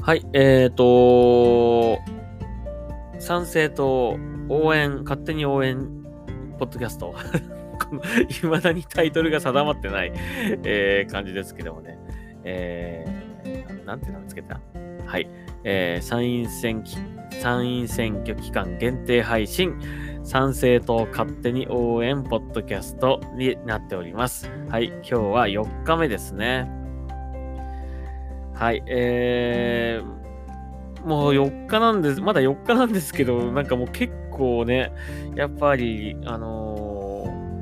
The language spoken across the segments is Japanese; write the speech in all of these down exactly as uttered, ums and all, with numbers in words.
はい、えーと、参政党応援、勝手に応援、ポッドキャスト。いまだにタイトルが定まってない、えー感じですけどもね。えー、ななんて名前つけたはい、えー参院選き、参院選挙期間限定配信、参政党勝手に応援ポッドキャストになっております。はい、今日はよっかめですね。はい、えー、もうよっかなんです、まだよっかなんですけど、なんかもう結構ね、やっぱり、あの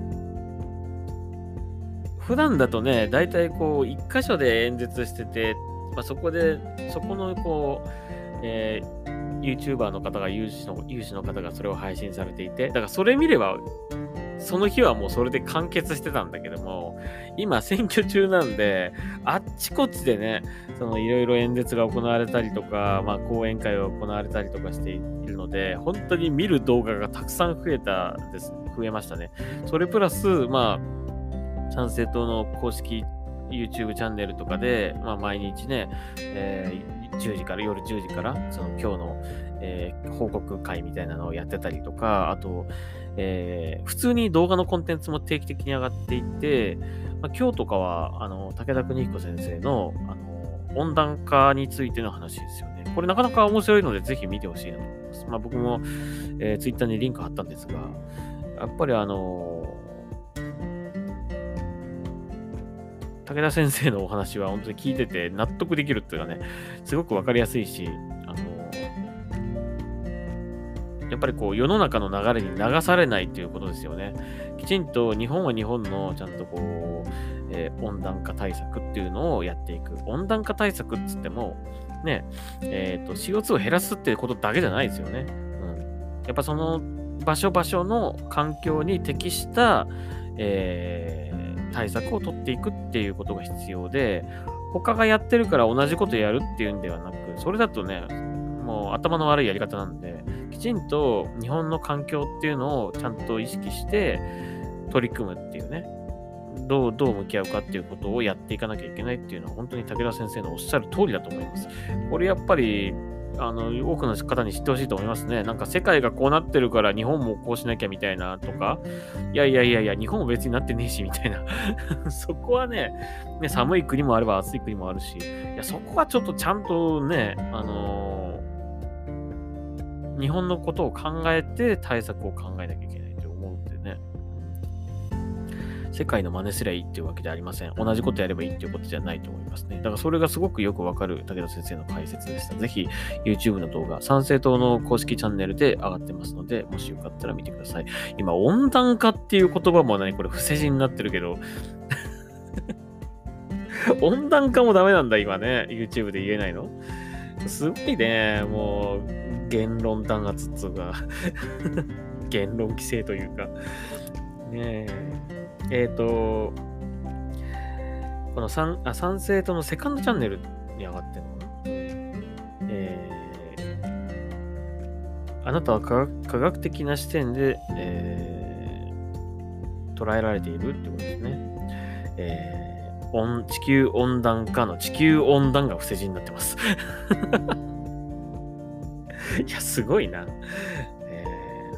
ー普段だとね、だいたいこう、一箇所で演説してて、まあ、そこで、そこのこう、えー、YouTuber の方が有志の、有志の方がそれを配信されていて、だからそれ見れば、その日はもうそれで完結してたんだけども、今選挙中なんで、あっちこっちでね、そのいろいろ演説が行われたりとか、まあ講演会が行われたりとかしているので、本当に見る動画がたくさん増えたです、増えましたね。それプラス、まあ、参政党の公式 YouTube チャンネルとかで、まあ毎日ね、えー、じゅうじから、夜じゅうじから、その今日の、えー報告会みたいなのをやってたりとか、あと、えー普通に動画のコンテンツも定期的に上がっていて、まあ、今日とかは、あの、武田邦彦先生の、あの、温暖化についての話ですよね。これなかなか面白いので、ぜひ見てほしいなと思います。まあ僕も、えー、ツイッターにリンク貼ったんですが、やっぱりあの武田先生のお話は本当に聞いてて納得できるっていうかね、すごくわかりやすいし、あのやっぱりこう世の中の流れに流されないっていうことですよね。きちんと日本は日本のちゃんとこう、えー温暖化対策っていうのをやっていく。温暖化対策っつっても、ね、えっと、シーオーツー を減らすっていうことだけじゃないですよね。うん。やっぱその場所場所の環境に適した、えー対策を取っていくっていうことが必要で、他がやってるから同じことやるっていうんではなく、それだとね、もう頭の悪いやり方なんで、きちんと日本の環境っていうのをちゃんと意識して取り組むっていうね、どう、どう向き合うかっていうことをやっていかなきゃいけないっていうのは本当に武田先生のおっしゃる通りだと思います。これやっぱり、あの、多くの方に知ってほしいと思いますね。なんか世界がこうなってるから日本もこうしなきゃみたいなとか、いやいやいやいや、日本も別になってねえしみたいな。そこはね、ね、寒い国もあれば暑い国もあるし、いや、そこはちょっとちゃんとね、あのー日本のことを考えて対策を考えなきゃいけないと思うんでね。世界の真似すりゃいいっていうわけではありません。同じことやればいいっていうことじゃないと思いますね。だからそれがすごくよくわかる武田先生の解説でした。ぜひ YouTube の動画、参政党の公式チャンネルで上がってますので、もしよかったら見てください。今、温暖化っていう言葉もね、これ不正字になってるけど、温暖化もダメなんだ、今ね。YouTube で言えないのすごいね、もう、言論弾圧っつうか、言論規制というか、ねえ。えっ、と、この参あ参政党のセカンドチャンネルに上がってるのかな。えー、あなたは科学科学的な視点で、えー捉えられているってことですね。えー温地球温暖化の地球温暖が不正字になってます。いや、すごいな。え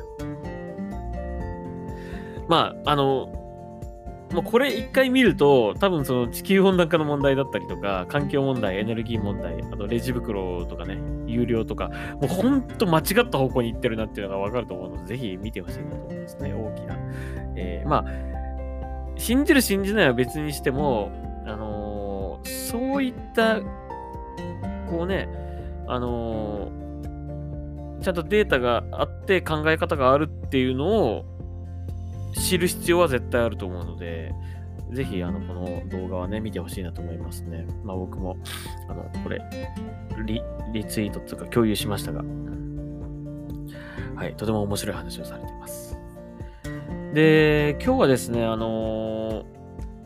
ーまあ、あの、もうこれ一回見ると、多分その地球温暖化の問題だったりとか、環境問題、エネルギー問題、あとレジ袋とかね、有料とか、もうほんと間違った方向に行ってるなっていうのがわかると思うので、ぜひ見てほしいなと思いますね。大きな。えーまあ、信じる信じないは別にしても、あのーそういった、こうね、あのーちゃんとデータがあって考え方があるっていうのを知る必要は絶対あると思うので、ぜひ、あの、この動画はね、見てほしいなと思いますね。まあ僕も、あの、これ、リ、リツイートっていうか共有しましたが、はい、とても面白い話をされています。で、今日はですね、あのー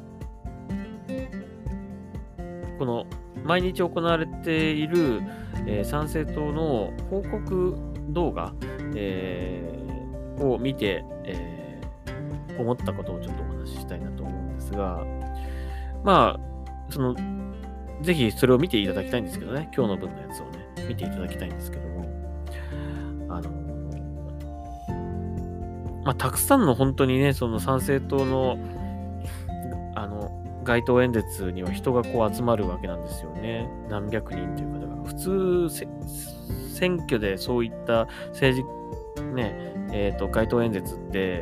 この、毎日行われている、えー参政党の報告動画、えーを見て、えー思ったことをちょっとお話ししたいなと思うんですが、まあ、その、 ぜひそれを見ていただきたいんですけどね、今日の分のやつをね、見ていただきたいんですけども、あの、まあ、たくさんの本当にね、その参政党の、あの、街頭演説には人がこう集まるわけなんですよね。何百人という方が。普通、選挙でそういった政治、ね、えっと、街頭演説って、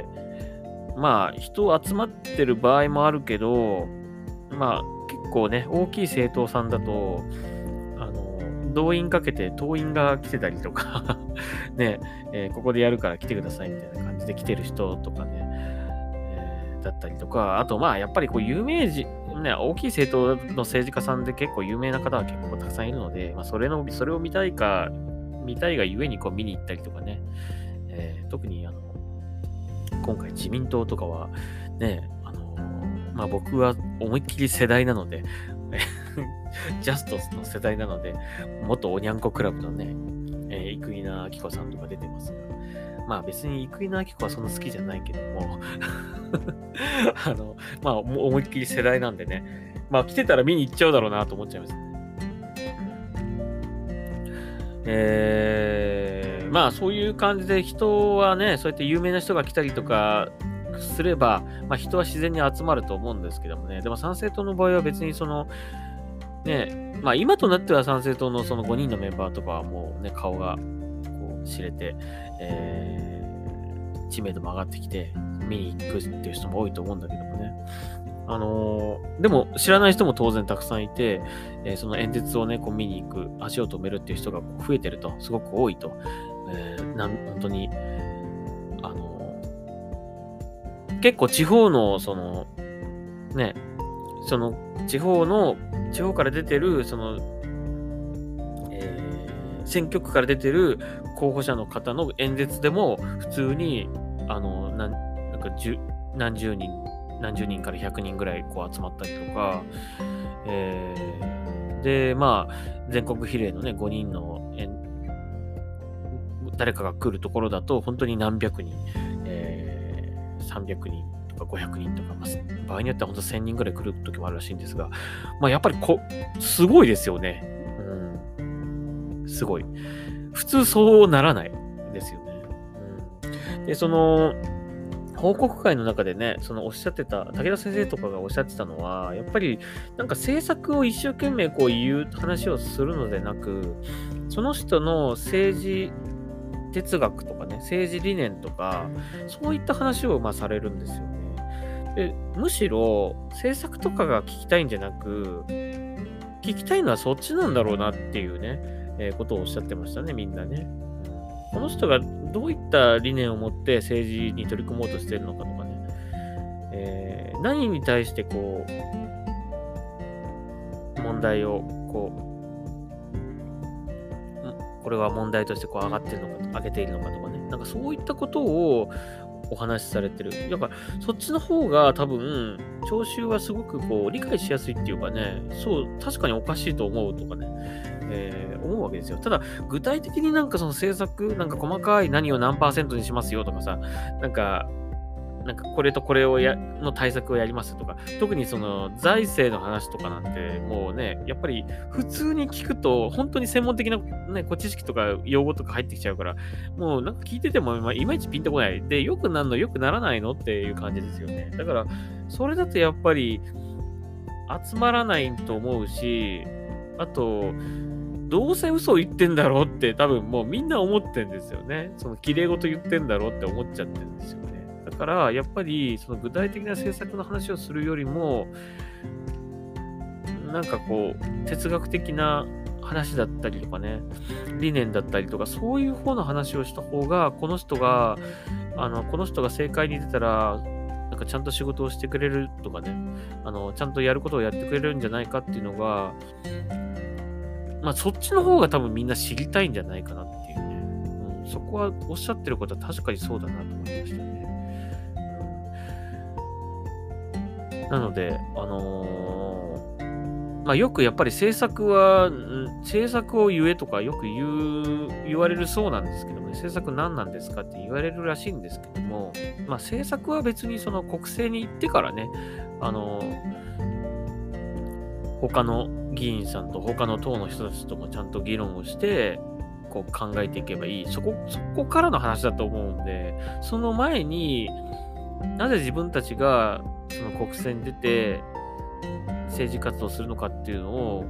まあ、人集まってる場合もあるけど、まあ、結構ね、大きい政党さんだと、あの、動員かけて党員が来てたりとか、ね、えー、ここでやるから来てくださいみたいな感じで来てる人とかね、えー、だったりとか、あとまあ、やっぱりこう、有名人、ね、大きい政党の政治家さんで結構有名な方は結構たくさんいるので、まあ、それの、それを見たいか、見たいがゆえにこう見に行ったりとかね、えー、特にあの、今回自民党とかはね、あのー、まあ僕は思いっきり世代なので、ジャストの世代なので、元おにゃんこクラブのね、えー、生稲晃子さんとか出てますが、まあ別に生稲晃子はそんな好きじゃないけども、あの、まあ思いっきり世代なんでね、まあ来てたら見に行っちゃうだろうなと思っちゃいます。えー、まあそういう感じで人はね、そうやって有名な人が来たりとかすれば、まあ人は自然に集まると思うんですけどもね。でも参政党の場合は別にその、ね、まあ今となっては参政党のそのごにんのメンバーとかはもうね、顔がこう知れて、えー、知名度も上がってきて、見に行くっていう人も多いと思うんだけどもね。あのー、でも知らない人も当然たくさんいて、えー、その演説をね、こう見に行く、足を止めるっていう人が増えてると、すごく多いと、えー、なん本当に、あのー、結構地方の、その、ね、その地方の、地方から出てる、その、えー、選挙区から出てる候補者の方の演説でも、普通に、あのー、なんなんか十何十人、何十人からひゃくにんぐらいこう集まったりとか、えー、で、まあ、全国比例のね、ごにんの誰かが来るところだと、本当に何百人、えー、さんびゃくにんとかごひゃくにんとか、まあ、場合によっては本当せんにんぐらい来る時もあるらしいんですが、まあ、やっぱりこ、すごいですよね。うん。すごい。普通そうならないですよね。うん。で、その、報告会の中でね、そのおっしゃってた、武田先生とかがおっしゃってたのは、やっぱりなんか政策を一生懸命こう言う話をするのでなく、その人の政治哲学とかね、政治理念とか、そういった話をまあされるんですよね。で、むしろ政策とかが聞きたいんじゃなく、聞きたいのはそっちなんだろうなっていうね、えー、ことをおっしゃってましたね、みんなね。この人がどういった理念を持って政治に取り組もうとしているのかとかね、えー、何に対してこう、問題をこう、これは問題としてこう上がっているのか、上げているのかとかね、なんかそういったことをお話しされてる。だからそっちの方が多分、聴衆はすごくこう理解しやすいっていうかね、そう、確かにおかしいと思うとかね、えー、思うわけですよ。ただ、具体的になんかその政策、なんか細かい何を何パーセントにしますよとかさ、なんか、なんかこれとこれをや、の対策をやりますとか、特にその財政の話とかなんて、もうね、やっぱり普通に聞くと、本当に専門的なね、こう知識とか用語とか入ってきちゃうから、もうなんか聞いてても、まあ、いまいちピンとこない。で、良くなるの良くならないのっていう感じですよね。だから、それだとやっぱり集まらないと思うし、あと、どうせ嘘を言ってんだろうって多分もうみんな思ってんですよね。その綺麗事言ってんだろうって思っちゃってるんですよね。だからやっぱりその具体的な政策の話をするよりも、なんかこう哲学的な話だったりとかね、理念だったりとか、そういう方の話をした方が、この人が、あの、この人が正解に出たら、なんかちゃんと仕事をしてくれるとかね、あの、ちゃんとやることをやってくれるんじゃないかっていうのが、まあそっちの方が多分みんな知りたいんじゃないかなっていうね。うん、そこはおっしゃってることは確かにそうだなと思いましたね。うん、なので、あのー、まあよくやっぱり政策は、政策を言えとかよく言う、言われるそうなんですけどもね、政策何なんですかって言われるらしいんですけども、まあ政策は別にその国政に行ってからね、あのー、他の議員さんと他の党の人たちともちゃんと議論をして、こう考えていけばいい。そこ、そこからの話だと思うんで、その前に、なぜ自分たちがその国政に出て政治活動するのかっていうのを、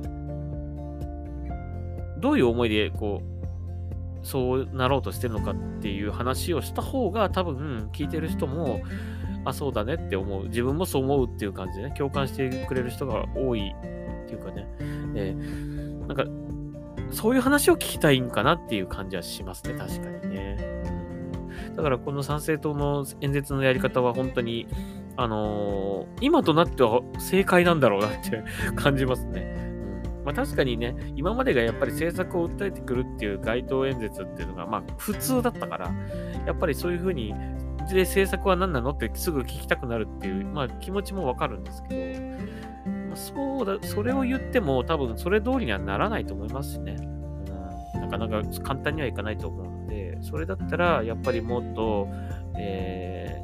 どういう思いでこう、そうなろうとしてるのかっていう話をした方が多分聞いてる人も、あ、そうだねって思う。自分もそう思うっていう感じでね、共感してくれる人が多いっていうかね、えー、なんか、そういう話を聞きたいんかなっていう感じはしますね、確かにね。だからこの参政党の演説のやり方は本当に、あのー、今となっては正解なんだろうなって感じますね。まあ確かにね、今までがやっぱり政策を訴えてくるっていう街頭演説っていうのが、まあ普通だったから、やっぱりそういうふうに、で、政策は何なのってすぐ聞きたくなるっていう、まあ気持ちもわかるんですけど、まあ、そうだ、それを言っても多分それ通りにはならないと思いますしね。うん、なかなか簡単にはいかないと思うので、それだったらやっぱりもっと、え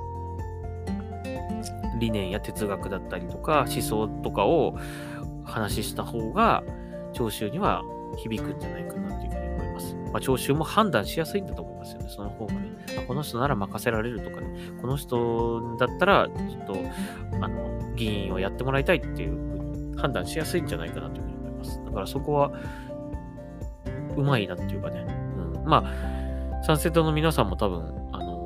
ー、理念や哲学だったりとか思想とかを話した方が聴衆には響くんじゃないかなというふうに思います。まあ、聴衆も判断しやすいんだと思いますよね。その方がね。あ、この人なら任せられるとかね。この人だったら、ちょっと、あの、議員をやってもらいたいっていうふうに判断しやすいんじゃないかなというふうに思います。だからそこは、うまいなっていうかね。うん。まあ、参政党の皆さんも多分、あの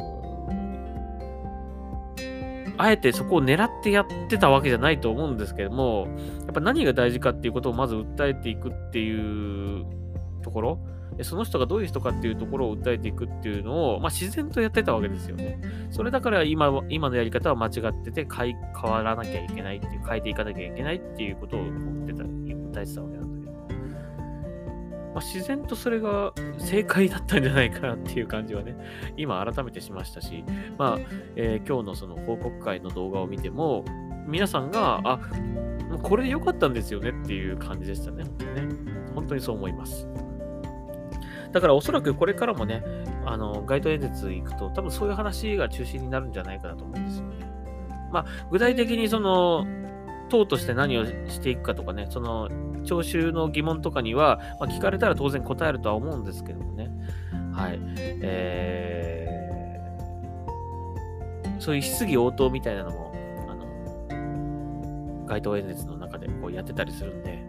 あえてそこを狙ってやってたわけじゃないと思うんですけども、やっぱ何が大事かっていうことをまず訴えていくっていうところ、その人がどういう人かっていうところを訴えていくっていうのを、まあ、自然とやってたわけですよね。それだから今今のやり方は間違ってて変い変わらなきゃいけないっていう、変えていかなきゃいけないっていうことを言ってた、訴えてたわけなんだけど、まあ、自然とそれが正解だったんじゃないかなっていう感じはね、今改めてしましたし、まあ、えー、今日のその報告会の動画を見ても、皆さんが、あ、これで良かったんですよねっていう感じでしたね。本当にね。本当にそう思います。だからおそらくこれからもね、あの、街頭演説行くと、多分そういう話が中心になるんじゃないかなと思うんですよね。まあ、具体的にその、党として何をしていくかとかね、その、聴衆の疑問とかには、まあ、聞かれたら当然答えるとは思うんですけどもね。はい。えー、そういう質疑応答みたいなのも、あの、街頭演説の中でこうやってたりするんで、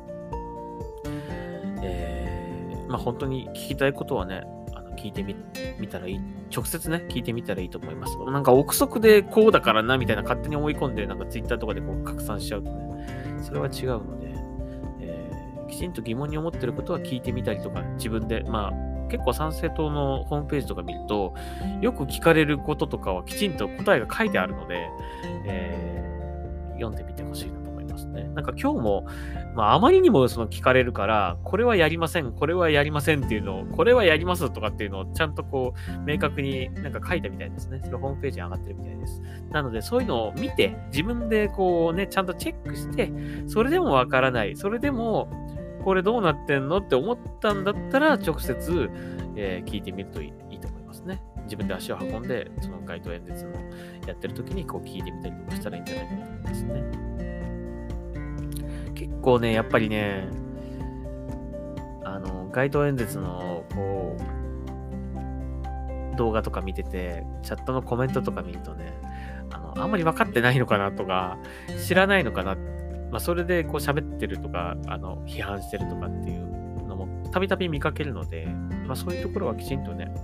えー、まあ本当に聞きたいことはね、あの聞いてみ、見たらいい。直接ね、聞いてみたらいいと思います。なんか憶測でこうだからな、みたいな勝手に思い込んで、なんかツイッターとかでこう拡散しちゃうとね、それは違うので、きちんと疑問に思ってることは聞いてみたりとか、自分で、まあ、結構参政党のホームページとか見ると、よく聞かれることとかはきちんと答えが書いてあるので、えー、読んでみてほしいなと思いますね。なんか今日も、まあ、あまりにもその聞かれるから、これはやりません、これはやりませんっていうのを、これはやりますとかっていうのをちゃんとこう、明確になんか書いたみたいですね。それホームページに上がってるみたいです。なので、そういうのを見て、自分でこうね、ちゃんとチェックして、それでもわからない、それでも、これどうなってんのって思ったんだったら、直接、えー、聞いてみるといい、いいと思いますね。自分で足を運んで、その街頭演説のやってる時にこう聞いてみたりとかしたらいいんじゃないかと思いますね。結構ね、やっぱりね、あの、街頭演説の、こう、動画とか見てて、チャットのコメントとか見るとね、あの、あんまり分かってないのかなとか、知らないのかなって、まあ、それでこう喋ってるとか、あの、批判してるとかっていうのもたびたび見かけるので、まあ、そういうところはきちんとね、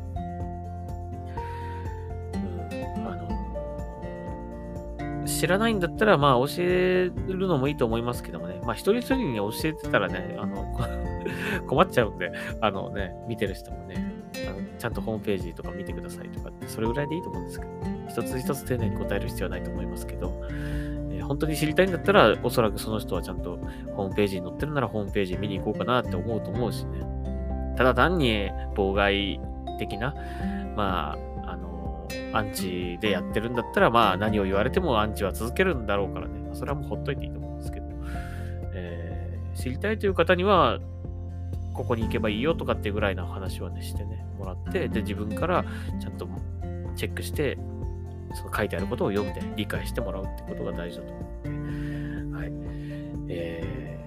うん、あの、知らないんだったら、まあ、教えるのもいいと思いますけどもね、まあ、一人一人に教えてたらね、あの、困っちゃうんで、あのね、見てる人もね、あのちゃんとホームページとか見てくださいとかって、それぐらいでいいと思うんですけど、ね、一つ一つ丁寧に答える必要はないと思いますけど、本当に知りたいんだったら、おそらくその人はちゃんとホームページに載ってるならホームページ見に行こうかなって思うと思うしね。ただ単に妨害的な、まあ、あの、アンチでやってるんだったら、まあ何を言われてもアンチは続けるんだろうからね。それはもうほっといていいと思うんですけど。えー、知りたいという方には、ここに行けばいいよとかっていうぐらいの話はね、してね、もらって、で、自分からちゃんとチェックして、その書いてあることを読んで理解してもらうってことが大事だと思うので、はい。え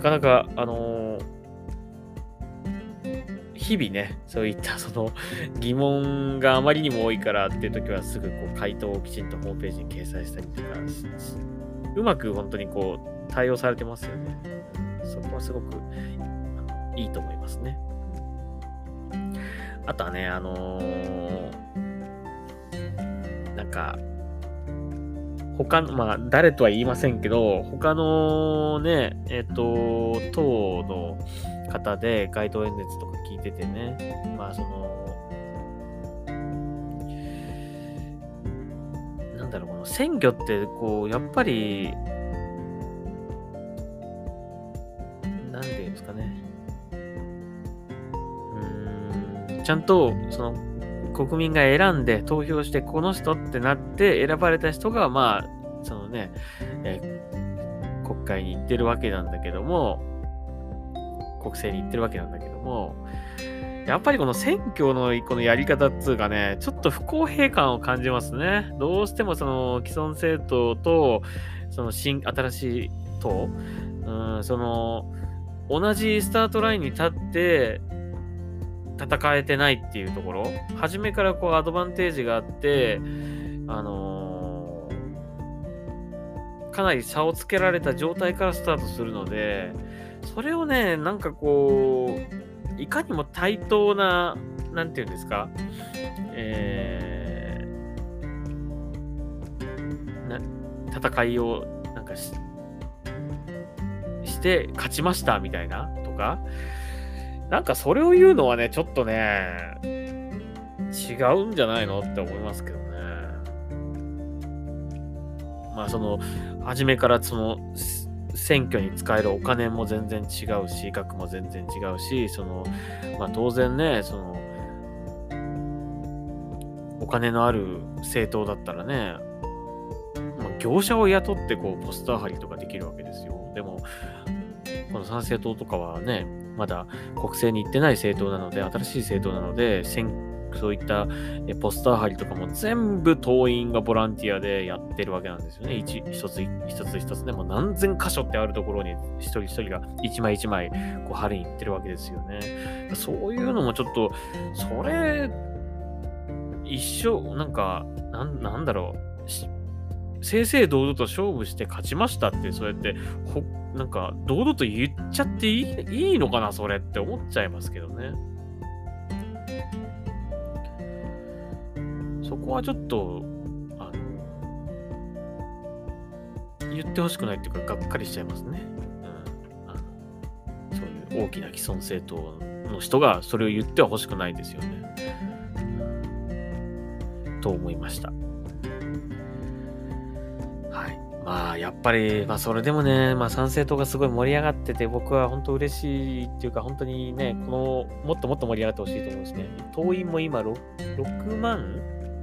かなか、あのー日々ね、そういったその疑問があまりにも多いからっていう時はすぐこう回答をきちんとホームページに掲載したりとかし、うまく本当にこう対応されてますよね。そこはすごくいいと思いますね。あとはね、あのー、なんか、他の、まあ、誰とは言いませんけど、他のね、えっと、党の方で街頭演説とか聞いててね、まあ、その、なんだろう、この選挙って、こう、やっぱり、なんていうんですかね、うーん、ちゃんと、その、国民が選んで投票してこの人ってなって選ばれた人がまあそのね、えー、国会に行ってるわけなんだけども国政に行ってるわけなんだけどもやっぱりこの選挙のこのやり方っつうかねちょっと不公平感を感じますね。どうしてもその既存政党とその新新しい党、うん、その同じスタートラインに立って戦えてないっていうところ、初めからこうアドバンテージがあって、あのー、かなり差をつけられた状態からスタートするので、それをね、なんかこう、いかにも対等な、なんていうんですか、えー、な戦いをなんか し, して勝ちましたみたいなとか、なんかそれを言うのはね、ちょっとね、違うんじゃないのって思いますけどね。まあその、初めからその、選挙に使えるお金も全然違うし、額も全然違うし、その、まあ当然ね、その、お金のある政党だったらね、まあ、業者を雇ってこう、ポスター貼りとかできるわけですよ。でも、この参政党とかはね、まだ国政に行ってない政党なので、新しい政党なので、そういったポスター貼りとかも全部党員がボランティアでやってるわけなんですよね。一一つ一つ一つね、もう何千箇所ってあるところに一人一人が一枚一枚こう貼りに行ってるわけですよね。そういうのもちょっと、それ、一緒、なんか、なん、なんだろう。正々堂々と勝負して勝ちましたって、そうやって、ほ、なんか、堂々と言っちゃっていい、いいのかな、それって思っちゃいますけどね。そこはちょっと、あの、言ってほしくないっていうか、がっかりしちゃいますね。うん、あのそういう大きな既存政党の人がそれを言ってはほしくないですよね。と思いました。まあ、やっぱり、まあ、それでもね、まあ、参政党がすごい盛り上がってて、僕は本当嬉しいっていうか、本当にね、この、もっともっと盛り上がってほしいと思うんですね。党員も今、ろくまん、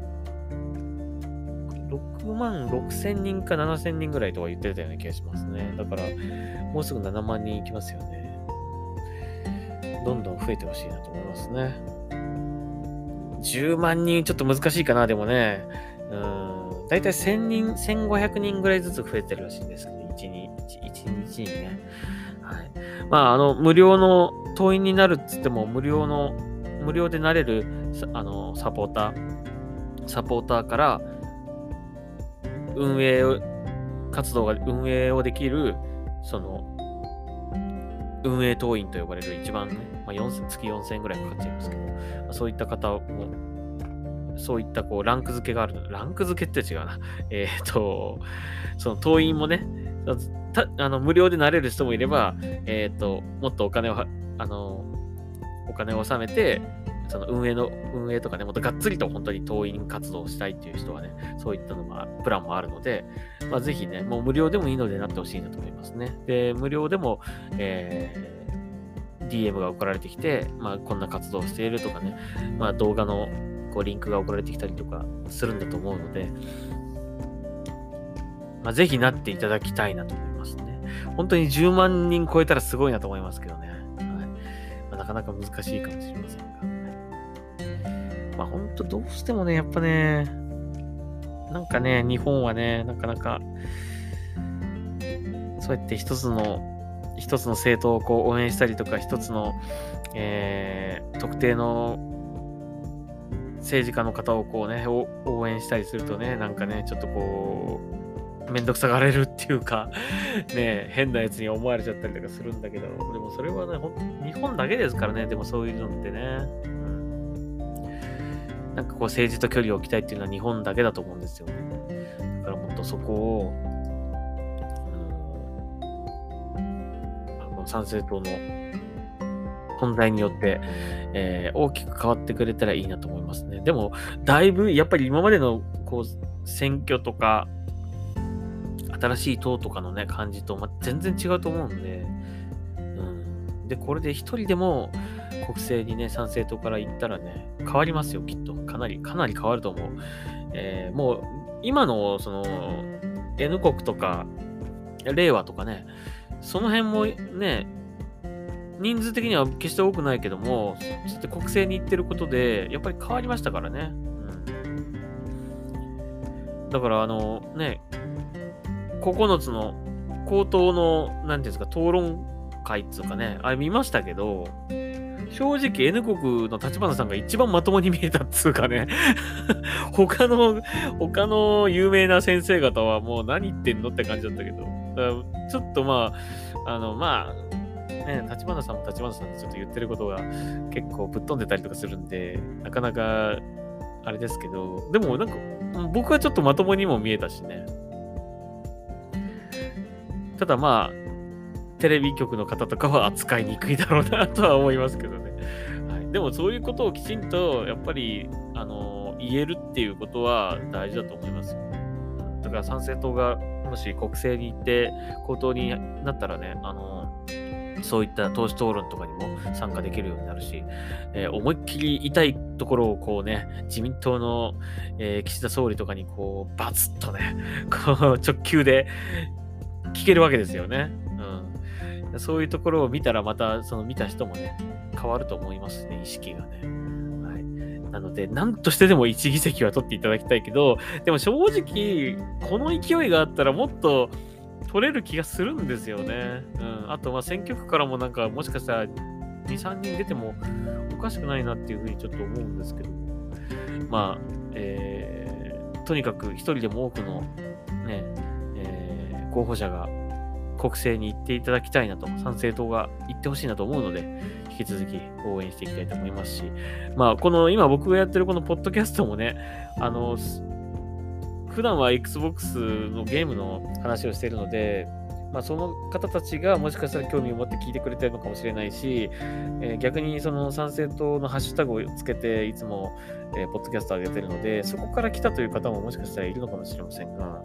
ろくまんろくせんにんかななせんにんぐらいとは言ってたような気がしますね。だから、もうすぐななまんにんいきますよね。どんどん増えてほしいなと思いますね。じゅうまんにんちょっと難しいかな、でもね。うーん。だいたいせんにん、せんごひゃくにんぐらいずつ増えてるらしいんですけど、いちにち、いちにちにね。はい。まあ、あの、無料の党員になるっつっても、無料の、無料でなれる、あの、サポーター、サポーターから、運営活動が、運営をできる、その、運営党員と呼ばれる一番ね、まあ、よんせん、月よんせんえんぐらいかかっちゃいますけど、まあ、そういった方も、そういったこうランク付けがあるの。ランク付けって違うな。えっと、その党員もね、たあの無料でなれる人もいれば、えっと、もっとお金を、あの、お金を納めて、その運営の、運営とかね、もっとがっつりと本当に党員活動をしたいっていう人はね、そういったのが、プランもあるので、まあぜひね、もう無料でもいいのでなってほしいなと思いますね。で、無料でも、えー、ディーエム が送られてきて、まあこんな活動をしているとかね、まあ動画のこうリンクが送られてきたりとかするんだと思うので、まあ、ぜひなっていただきたいなと思いますね。本当にじゅうまんにん超えたらすごいなと思いますけどね。はいまあ、なかなか難しいかもしれませんが。はいまあ、本当どうしてもね、やっぱね、なんかね、日本はね、なかなか、そうやって一つの、 一つの政党をこう応援したりとか、一つの、えー、特定の政治家の方をこうね、応援したりするとね、なんかね、ちょっとこう、めんどくさがられるっていうか、ね、変なやつに思われちゃったりとかするんだけど、でもそれはね、ほん日本だけですからね、でもそういうのってね、うん、なんかこう政治と距離を置きたいっていうのは日本だけだと思うんですよね。だからもっとそこを、あの、参政党の存在によって、えー、大きく変わってくれたらいいなと思いますね。でも、だいぶ、やっぱり今までの、こう、選挙とか、新しい党とかのね、感じと、ま、全然違うと思うんで、うん。で、これで一人でも、国政にね、参政党から行ったらね、変わりますよ、きっと。かなり、かなり変わると思う。えー、もう、今の、その、N 国とか、令和とかね、その辺もね、人数的には決して多くないけども、そして国政に行ってることで、やっぱり変わりましたからね。うん、だから、あの、ね、ここのつの口頭の、なんていうんですか、討論会っていうかね、あれ見ましたけど、正直 N 国の立花さんが一番まともに見えたっつうかね、他の、他の有名な先生方はもう何言ってんのって感じだったけど、だからちょっとまあ、あの、まあ、ね、立花さんも立花さんでちょっと言ってることが結構ぶっ飛んでたりとかするんで、なかなかあれですけど、でもなんか僕はちょっとまともにも見えたしね。ただまあ、テレビ局の方とかは扱いにくいだろうなとは思いますけどね。はい、でもそういうことをきちんとやっぱり、あの、言えるっていうことは大事だと思いますよ。だから参政党がもし国政に行って公党になったらね、あの、そういった党首討論とかにも参加できるようになるし、えー、思いっきり痛いところをこうね、自民党の、えー、岸田総理とかにこう、バツッとね、こう直球で聞けるわけですよね。うん。そういうところを見たらまた、その見た人もね、変わると思いますね、意識がね。はい。なので、何としてでも一議席は取っていただきたいけど、でも正直、この勢いがあったらもっと、取れる気がするんですよね。うん。あと、まあ、選挙区からもなんか、もしかしたらに、さんにん出てもおかしくないなっていうふうにちょっと思うんですけど、まあ、えー、とにかく一人でも多くのね、えー、候補者が国政に行っていただきたいなと、参政党が行ってほしいなと思うので、引き続き応援していきたいと思いますし、まあ、この今僕がやってるこのポッドキャストもね、あの、普段は Xbox のゲームの話をしているので、まあ、その方たちがもしかしたら興味を持って聞いてくれてるのかもしれないし、えー、逆にその参政党のハッシュタグをつけていつも、えー、ポッドキャストを上げてるので、そこから来たという方ももしかしたらいるのかもしれませんが、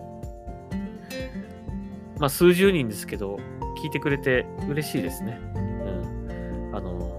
まあ数十人ですけど、聞いてくれて嬉しいですね。うん。あの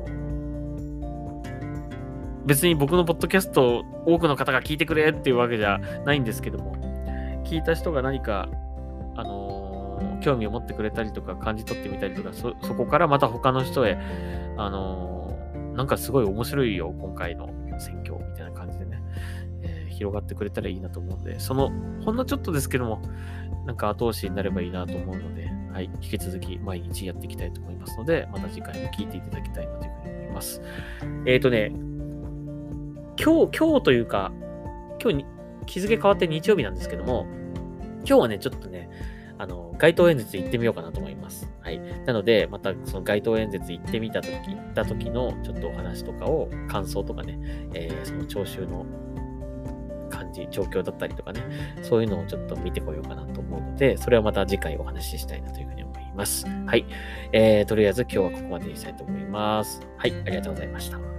ー、別に僕のポッドキャストを多くの方が聞いてくれっていうわけじゃないんですけども、聞いた人が何か、あのー、興味を持ってくれたりとか感じ取ってみたりとか、そ、そこからまた他の人へ、あのー、なんかすごい面白いよ、今回の選挙みたいな感じでね、えー、広がってくれたらいいなと思うので、その、ほんのちょっとですけども、なんか後押しになればいいなと思うので、はい、引き続き毎日やっていきたいと思いますので、また次回も聞いていただきたいなというふうに思います。えっとね、今日、今日というか、今日に日付変わって日曜日なんですけども、今日はね、ちょっとね、あの、街頭演説行ってみようかなと思います。はい。なので、またその街頭演説行ってみたとき、行った時のちょっとお話とかを、感想とかね、えー、その聴衆の感じ、状況だったりとかね、そういうのをちょっと見てこようかなと思うので、それはまた次回お話ししたいなというふうに思います。はい。えー、とりあえず今日はここまでにしたいと思います。はい。ありがとうございました。